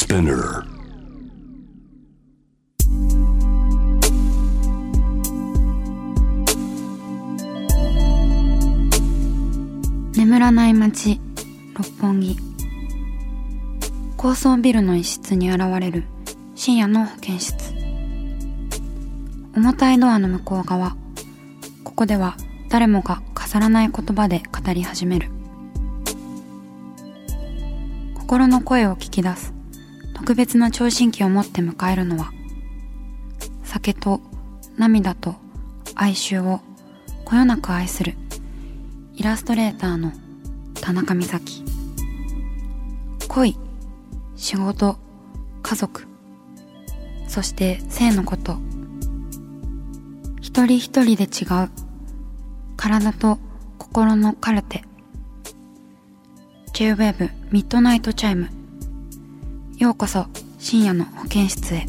Spinner。 眠らない街六本木。高層ビルの一室に現れる深夜の保健室。重たいドアの向こう側、ここでは誰もが飾らない言葉で語り始める。心の声を聞き出す特別な聴診器を持って迎えるのは、酒と涙と哀愁をこよなく愛するイラストレーターの田中美咲。恋、仕事、家族、そして性のこと、一人一人で違う体と心のカルテ。 J-WAVE ミッドナイトチャイム。ようこそ深夜の保健室へ。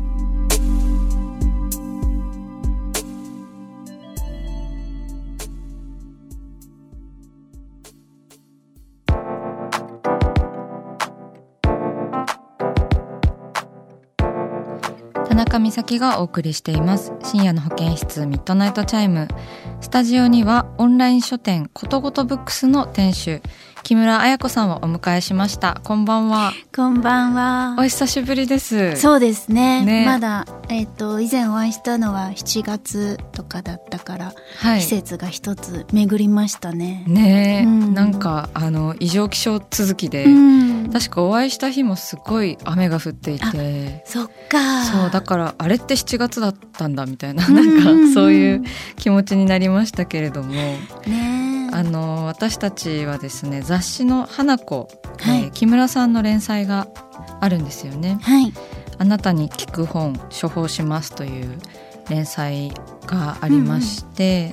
田中美咲がお送りしています深夜の保健室ミッドナイトチャイム。スタジオにはオンライン書店ことごとブックスの店主木村彩子さんをお迎えしました。こんばんは。 こんばんは。 お久しぶりです。 そうですね。まだ、以前お会いしたのは7月とかだったから、はい、季節が一つ巡りましたね。 ねえ、なんか異常気象続きで、確かお会いした日もすごい雨が降っていて。 そっか。 そうだからあれって7月だったんだみたいな、なんかそういう気持ちになりましたけれども、ね、私たちはですね、雑誌の花子、木村さんの連載があるんですよね。はい、あなたに聞く本処方しますという連載がありまして、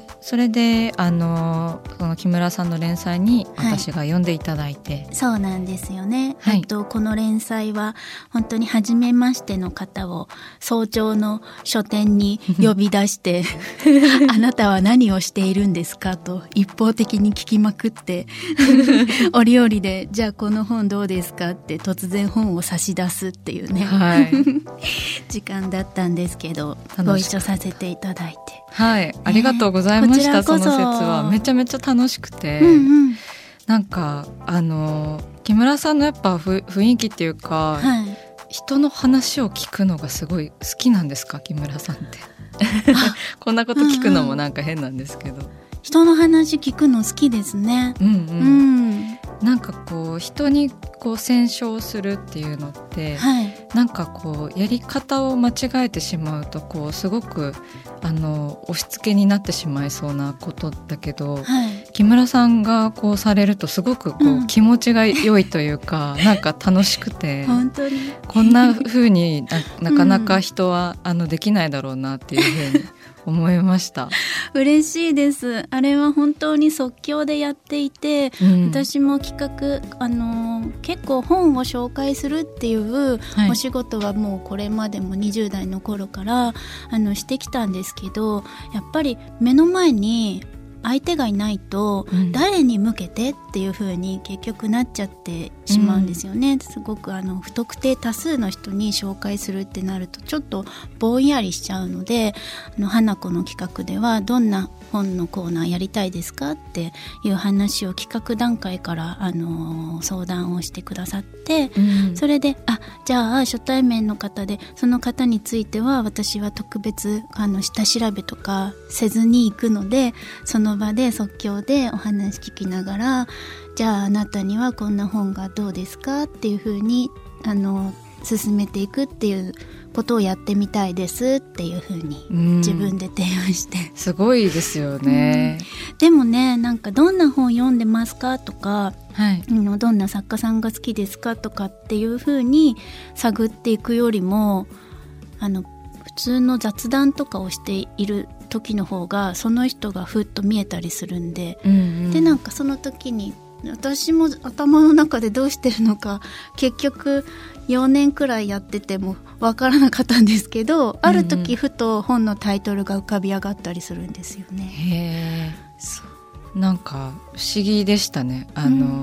それでその木村さんの連載に私が読んでいただいて、 そうなんですよね。この連載は本当に初めましての方を早朝の書店に呼び出してあなたは何をしているんですかと一方的に聞きまくって折々でじゃあこの本どうですかって突然本を差し出すっていうね、時間だったんですけど、ご一緒させていただいて、 ありがとうございました。その説はめちゃめちゃ楽しくて、なんか木村さんのやっぱ雰囲気っていうか、人の話を聞くのがすごい好きなんですか、木村さんってこんなこと聞くのもなんか変なんですけど。 人の話聞くの好きですね。 なんかこう人にこう宣唱するっていうのって、なんかこうやり方を間違えてしまうとこうすごく押し付けになってしまいそうなことだけど、木村さんがこうされるとすごくこう、気持ちが良いというかなんか楽しくて本当にこんな風に なかなか人はできないだろうなっていう風に思いました。 嬉しいです。あれは本当に即興でやっていて、私も企画結構本を紹介するっていうお仕事はもうこれまでも20代の頃からしてきたんですけど、やっぱり目の前に相手がいないと誰に向けてっていう風に結局なっちゃってしまうんですよね。すごく不特定多数の人に紹介するってなるとちょっとぼんやりしちゃうので、花子の企画ではどんな本のコーナーやりたいですかっていう話を企画段階から相談をしてくださって、それでじゃあ初対面の方でその方については私は特別下調べとかせずに行くので、その場で即興でお話聞きながら、じゃああなたにはこんな本がどうですかっていう風に進めていくっていうことをやってみたいですっていう風に自分で提案して、 すごいですよね。 でもね、なんかどんな本読んでますかとか、どんな作家さんが好きですかとかっていう風に探っていくよりも普通の雑談とかをしている時の方がその人がふっと見えたりするんで、でなんかその時に私も頭の中でどうしてるのか結局4年くらいやっててもわからなかったんですけど、ある時ふと本のタイトルが浮かび上がったりするんですよね。 へー、なんか不思議でしたね。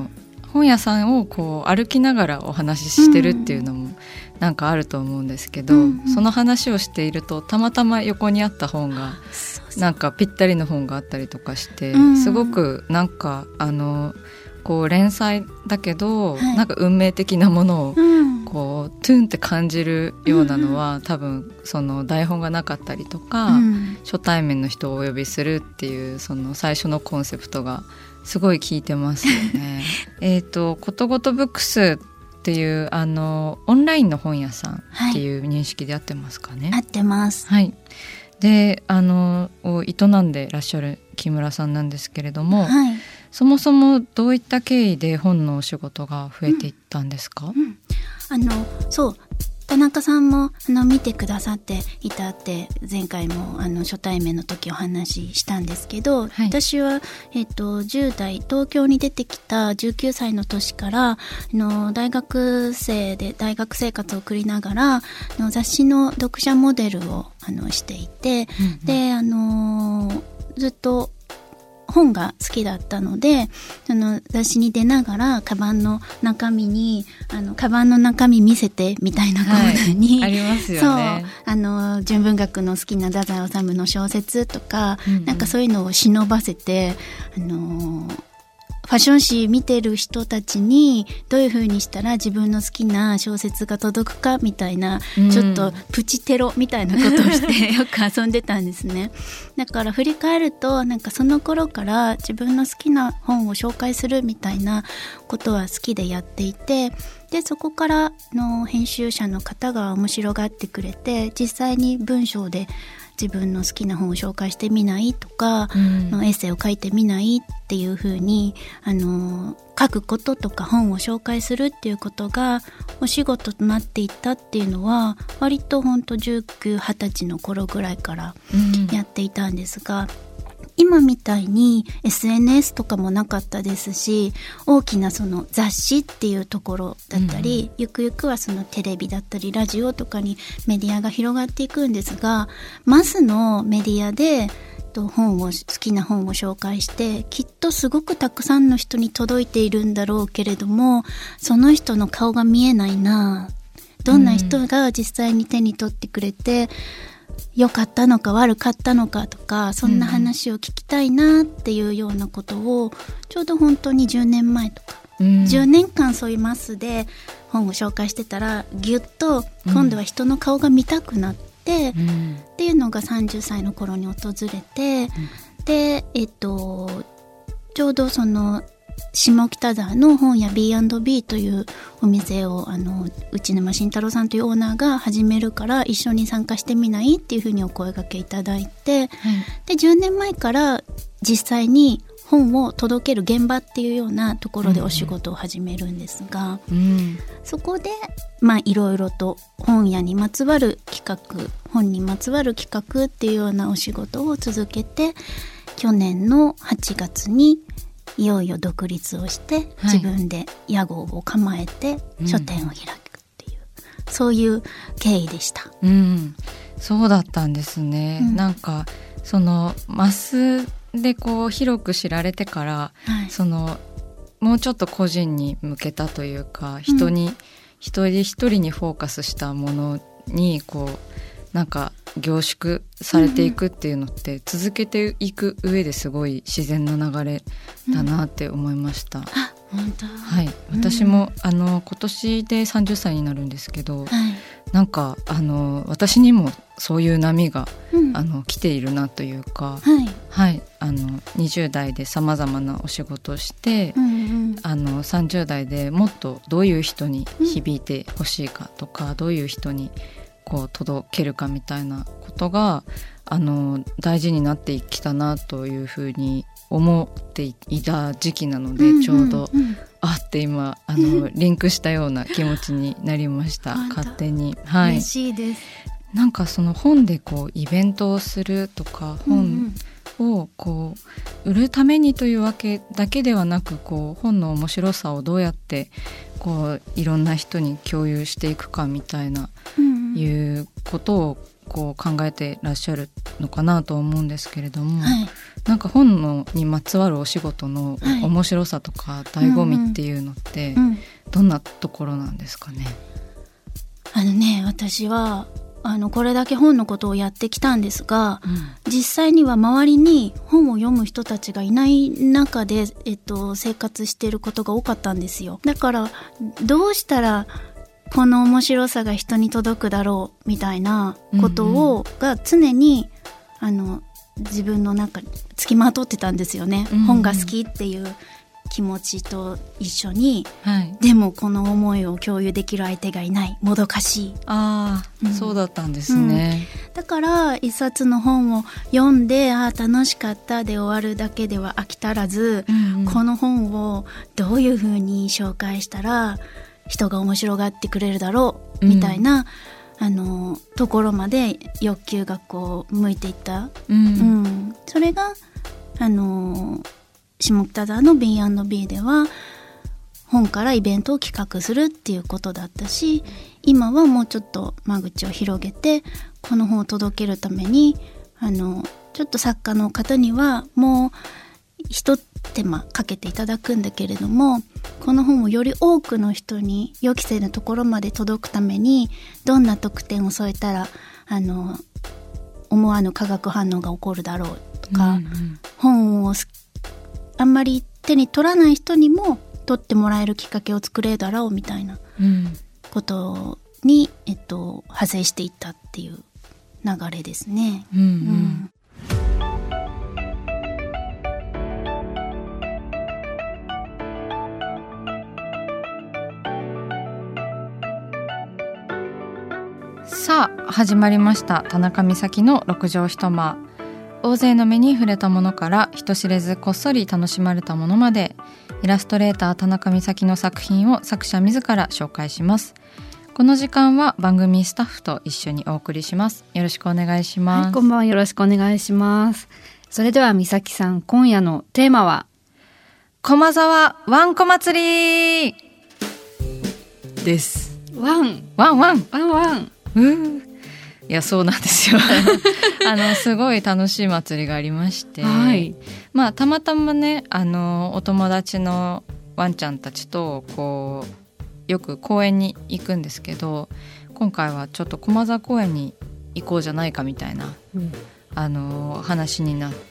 本屋さんをこう歩きながらお話ししてるっていうのもなんかあると思うんですけど、その話をしているとたまたま横にあった本がなんかぴったりの本があったりとかして、すごくなんかこう連載だけど、なんか運命的なものをこうトゥンって感じるようなのは、多分その台本がなかったりとか、初対面の人をお呼びするっていうその最初のコンセプトがすごい効いてますよね。ことごとブックスっていうオンラインの本屋さんっていう認識で合ってますかね。 合ってます。 はい。でを営んでらっしゃる木村さんなんですけれども、そもそもどういった経緯で本のお仕事が増えていったんですか？ そう田中さんも見てくださっていたって前回も初対面の時お話ししたんですけど、私は、10代東京に出てきた19歳の年から大学生で大学生活を送りながら雑誌の読者モデルをしていて、でずっと本が好きだったので、その雑誌に出ながらカバンの中身見せてみたいなコーナーに、 ありますよね。 そう純文学の好きな太宰治の小説とか、なんかそういうのを忍ばせてファッション誌見てる人たちにどういう風にしたら自分の好きな小説が届くかみたいな、ちょっとプチテロみたいなことをしてよく遊んでたんですね。だから振り返るとなんかその頃から自分の好きな本を紹介するみたいなことは好きでやっていて、でそこからの編集者の方が面白がってくれて、実際に文章で自分の好きな本を紹介してみないとか、エッセイを書いてみないっていう風に書くこととか本を紹介するっていうことがお仕事となっていったっていうのは割とほんと19、20歳の頃ぐらいからやっていたんですが、今みたいに SNS とかもなかったですし、大きなその雑誌っていうところだったり、ゆくゆくはそのテレビだったりラジオとかにメディアが広がっていくんですが、マスのメディアで好きな本を紹介してきっとすごくたくさんの人に届いているんだろうけれども、その人の顔が見えないな、どんな人が実際に手に取ってくれて良かったのか悪かったのかとか、そんな話を聞きたいなっていうようなことをちょうど本当に10年前とか、10年間そういうマスで本を紹介してたらギュッと今度は人の顔が見たくなって、っていうのが30歳の頃に訪れて、でちょうどその下北沢の本屋 B&B というお店を内沼慎太郎さんというオーナーが始めるから一緒に参加してみないっていうふうにお声掛けいただいて、で10年前から実際に本を届ける現場っていうようなところでお仕事を始めるんですが、そこでいろいろと本屋にまつわる企画、本にまつわる企画っていうようなお仕事を続けて、去年の8月にいよいよ独立をして自分で屋号を構えて書店を開くっていう、そういう経緯でした。 そうだったんですね。なんかそのマスでこう広く知られてから、そのもうちょっと個人に向けたというか、一人一人にフォーカスしたものにこうなんか凝縮されていくっていうのって続けていく上ですごい自然な流れだなって思いました。 本当？ はい、私も今年で30歳になるんですけど、なんか私にもそういう波が、来ているなというか、20代でさまざまなお仕事をして、30代でもっとどういう人に響いてほしいかとか、どういう人にこう届けるかみたいなことが大事になってきたなというふうに思っていた時期なので、ちょうどって今リンクしたような気持ちになりました。勝手に、 嬉しいです。 なんかその本でこうイベントをするとか、本をこう売るためにというわけだけではなく、こう本の面白さをどうやってこういろんな人に共有していくかみたいな、いうことをこう考えてらっしゃるのかなと思うんですけれども、 はい、 なんか本にまつわるお仕事の面白さとか醍醐味っていうのってどんなところなんですかね。 私はこれだけ本のことをやってきたんですが、実際には周りに本を読む人たちがいない中で、生活していることが多かったんですよ。だからどうしたらこの面白さが人に届くだろうみたいなことが常に自分の中につきまとってたんですよね、本が好きっていう気持ちと一緒に、でもこの思いを共有できる相手がいない、もどかしい。 そうだったんですね、 だから一冊の本を読んで楽しかったで終わるだけでは飽き足らず、この本をどういうふうに紹介したら人が面白がってくれるだろうみたいな、ところまで欲求がこう向いていった、それが下北沢の B&B では本からイベントを企画するっていうことだったし、今はもうちょっと間口を広げてこの本を届けるためにちょっと作家の方にはもう一手間かけていただくんだけれども、この本をより多くの人に予期せぬところまで届くためにどんな特典を添えたら思わぬ化学反応が起こるだろうとか、本をあんまり手に取らない人にも取ってもらえるきっかけを作れるだろうみたいなことに、派生していったっていう流れですね。 さあ始まりました田中美咲の六畳一間。大勢の目に触れたものから人知れずこっそり楽しまれたものまで、イラストレーター田中美咲の作品を作者自ら紹介します。この時間は番組スタッフと一緒にお送りします。よろしくお願いします。 こんばんは、よろしくお願いします。それでは美咲さん、今夜のテーマは駒沢わんこ祭りです。 ワンいやそうなんですよすごい楽しい祭りがありまして、たまたまねお友達のワンちゃんたちとこうよく公園に行くんですけど、今回はちょっと駒沢公園に行こうじゃないかみたいな、話になって、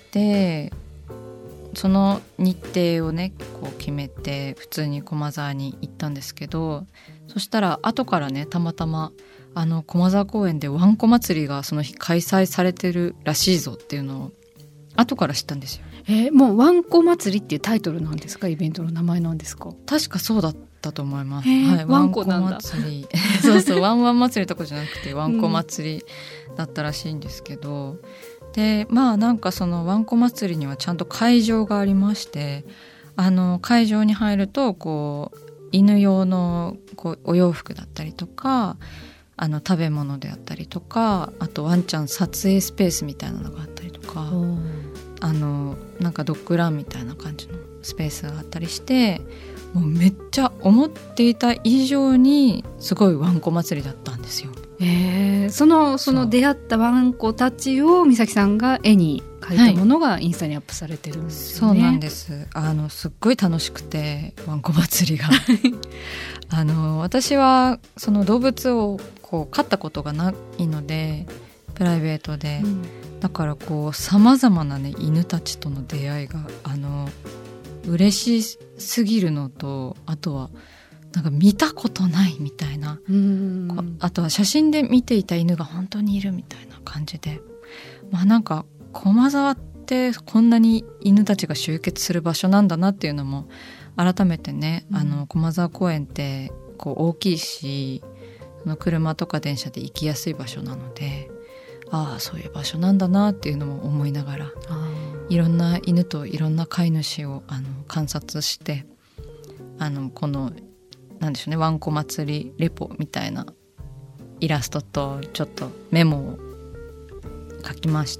その日程をねこう決めて普通に駒沢に行ったんですけど、そしたら後からねたまたま駒沢公園でわんこ祭りがその日開催されてるらしいぞっていうのを後から知ったんですよ。 もうわんこ祭りっていうタイトルなんですか？イベントの名前なんですか？ 確かそうだったと思います。 わんこなんだ。 祭りそうそうワンワン祭りとかじゃなくてわんこ祭りだったらしいんですけど、でなんかそのわんこ祭りにはちゃんと会場がありまして、会場に入るとこう犬用のこうお洋服だったりとか食べ物であったりとか、あとワンちゃん撮影スペースみたいなのがあったりとか、なんかドッグランみたいな感じのスペースがあったりして、もうめっちゃ思っていた以上にすごいワンコ祭りだったんですよ。 その出会ったワンコたちを美咲さんが絵に描いたものがインスタにアップされてるんですよね。 そうなんです。すっごい楽しくてワンコ祭りが私はその動物をこう飼ったことがないのでプライベートで、だからこうさまざまなね犬たちとの出会いが嬉しすぎるのと、あとはなんか見たことないみたいな、あとは写真で見ていた犬が本当にいるみたいな感じで、なんか駒沢ってこんなに犬たちが集結する場所なんだなっていうのも改めてね、駒沢公園ってこう大きいし、その車とか電車で行きやすい場所なので、そういう場所なんだなっていうのも思いながら、いろんな犬といろんな飼い主を観察して、このなんでしょうね、ワンコ祭りレポみたいなイラストとちょっとメモを書きました。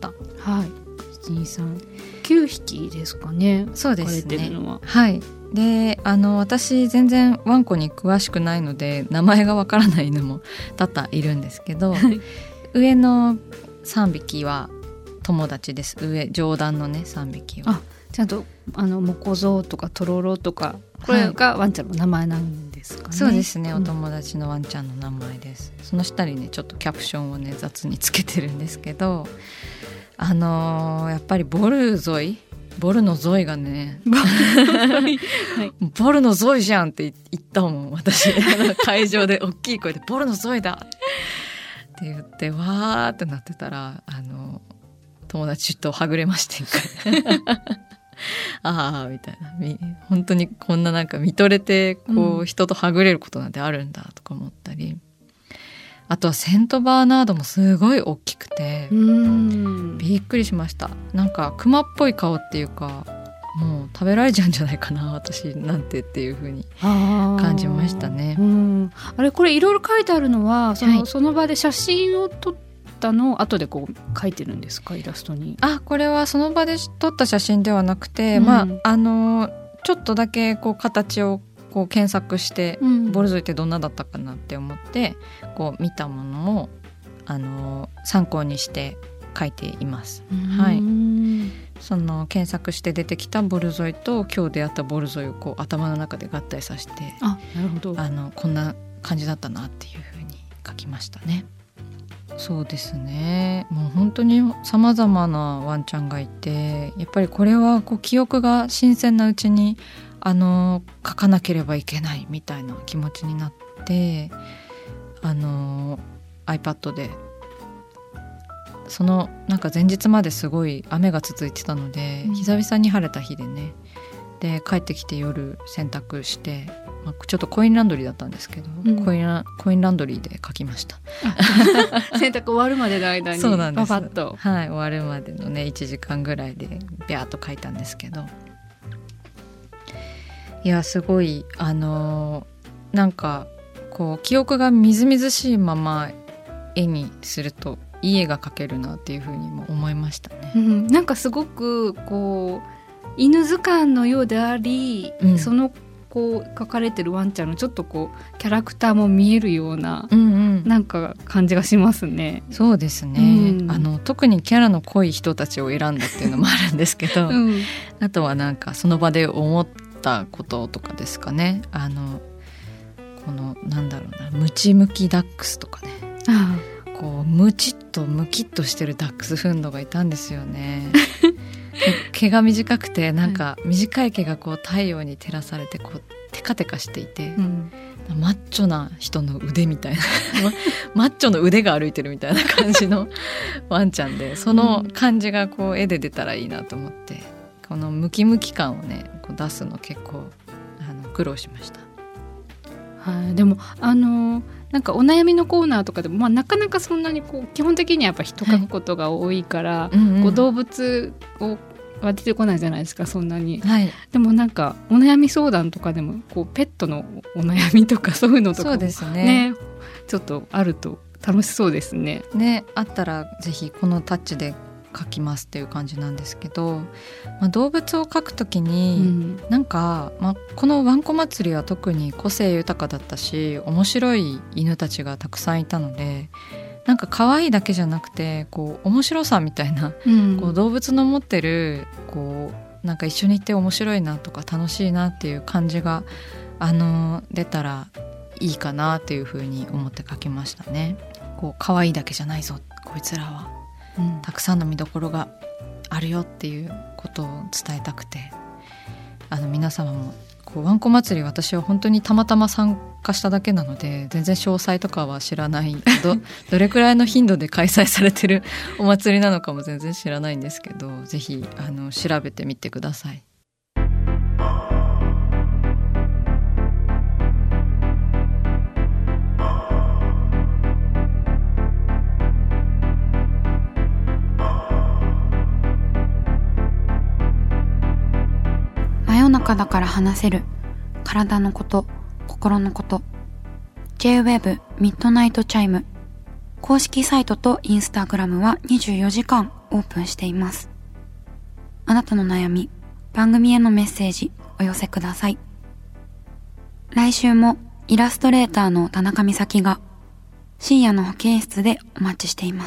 9匹ですかね。 そうですね。 書かれてるのは。 で私全然ワンコに詳しくないので名前がわからない犬も多々いるんですけど上の3匹は友達です。上段のね3匹は。 ちゃんとモコゾウとかトロロとかこれがワンちゃんの名前なんですかね。 そうですね、お友達のワンちゃんの名前です。その下にねちょっとキャプションをね雑につけてるんですけど、やっぱりボルのゾイがねボルのゾイじゃんって言ったもん私会場で大きい声でボルのゾイだって言ってわーってなってたら友達とはぐれましてああみたいな、本当にこんななんか見とれてこう人とはぐれることなんてあるんだとか思ったり、あとはセントバーナードもすごい大きくてびっくりしました。なんかクマっぽい顔っていうか、もう食べられちゃうんじゃないかな私なんてっていう風に感じましたね。 あれこれいろいろ書いてあるのはその場で写真を撮ったのを後でこう書いてるんですか、イラストに。 これはその場で撮った写真ではなくて、ちょっとだけこう形をこう検索して、ボルゾイってどんなだったかなって思ってこう見たものを参考にして書いています。はい、その検索して出てきたボルゾイと今日出会ったボルゾイをこう頭の中で合体させて、 なるほど、 こんな感じだったなっていうふうに書きましたね。そうですね、もう本当に様々なワンちゃんがいて、やっぱりこれはこう記憶が新鮮なうちに書かなければいけないみたいな気持ちになって、iPad でそのなんか前日まですごい雨が続いてたので、久々に晴れた日でね、で帰ってきて夜洗濯して、ちょっとコインランドリーだったんですけど、コインランドリーで書きました。 洗濯終わるまでの間にそうなんです、 パパッと、 はい、終わるまでのね1時間ぐらいでビャーっと書いたんですけど、いやすごいなんかこう記憶がみずみずしいまま絵にするといい絵が描けるなっていうふうにも思いましたね。 なんかすごくこう犬図鑑のようであり、そのこう描かれてるワンちゃんのちょっとこうキャラクターも見えるような、なんか感じがしますね。 そうですね、特にキャラの濃い人たちを選んだっていうのもあるんですけど、あとはなんかその場で思ったこととかですかね。このなんだろうな、ムチムキダックスとかね、こうムチッとムキッとしてるダックスフンドがいたんですよね。毛が短くて、なんか短い毛がこう太陽に照らされてこうテカテカしていて、マッチョな人の腕みたいなマッチョの腕が歩いてるみたいな感じのワンちゃんで、その感じがこう絵で出たらいいなと思って、このムキムキ感をねこう出すの結構苦労しました。 でもなんかお悩みのコーナーとかでも、なかなかそんなにこう基本的にはやっぱ人描くことが多いから、こう動物は出てこないじゃないですか、そんなに。でもなんかお悩み相談とかでもこうペットのお悩みとかそういうのとかも、 そうですね、 ちょっとあると楽しそうですね。 あったらぜひこのタッチで描きますっていう感じなんですけど、動物を描くときに、なんか、このワンコ祭りは特に個性豊かだったし、面白い犬たちがたくさんいたので、なんか可愛いだけじゃなくてこう面白さみたいな、こう動物の持ってるこうなんか一緒にいて面白いなとか楽しいなっていう感じが出たらいいかなっていうふうに思って描きましたね。こう可愛いだけじゃないぞこいつらは、たくさんの見どころがあるよっていうことを伝えたくて、皆様もこうワンコ祭り、私は本当にたまたま参加しただけなので全然詳細とかは知らないどれくらいの頻度で開催されてるお祭りなのかも全然知らないんですけど、ぜひ調べてみてください。 真夜中だから話せる体のこと、心のこと。 J-Web ミッドナイトチャイム公式サイトとインスタグラムは24時間オープンしています。あなたの悩み、番組へのメッセージお寄せください。来週もイラストレーターの田中美咲が深夜の保健室でお待ちしています。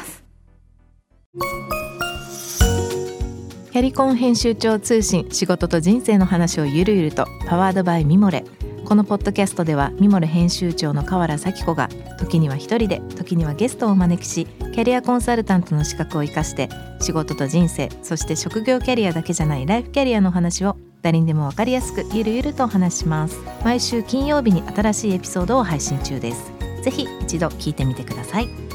キャリコン編集長通信、仕事と人生の話をゆるゆると、パワードバイミモレ。このポッドキャストではミモレ編集長の河原咲子が時には一人で、時にはゲストをお招きし、キャリアコンサルタントの資格を生かして仕事と人生、そして職業キャリアだけじゃないライフキャリアの話を誰にでも分かりやすくゆるゆるとお話します。毎週金曜日に新しいエピソードを配信中です。ぜひ一度聞いてみてください。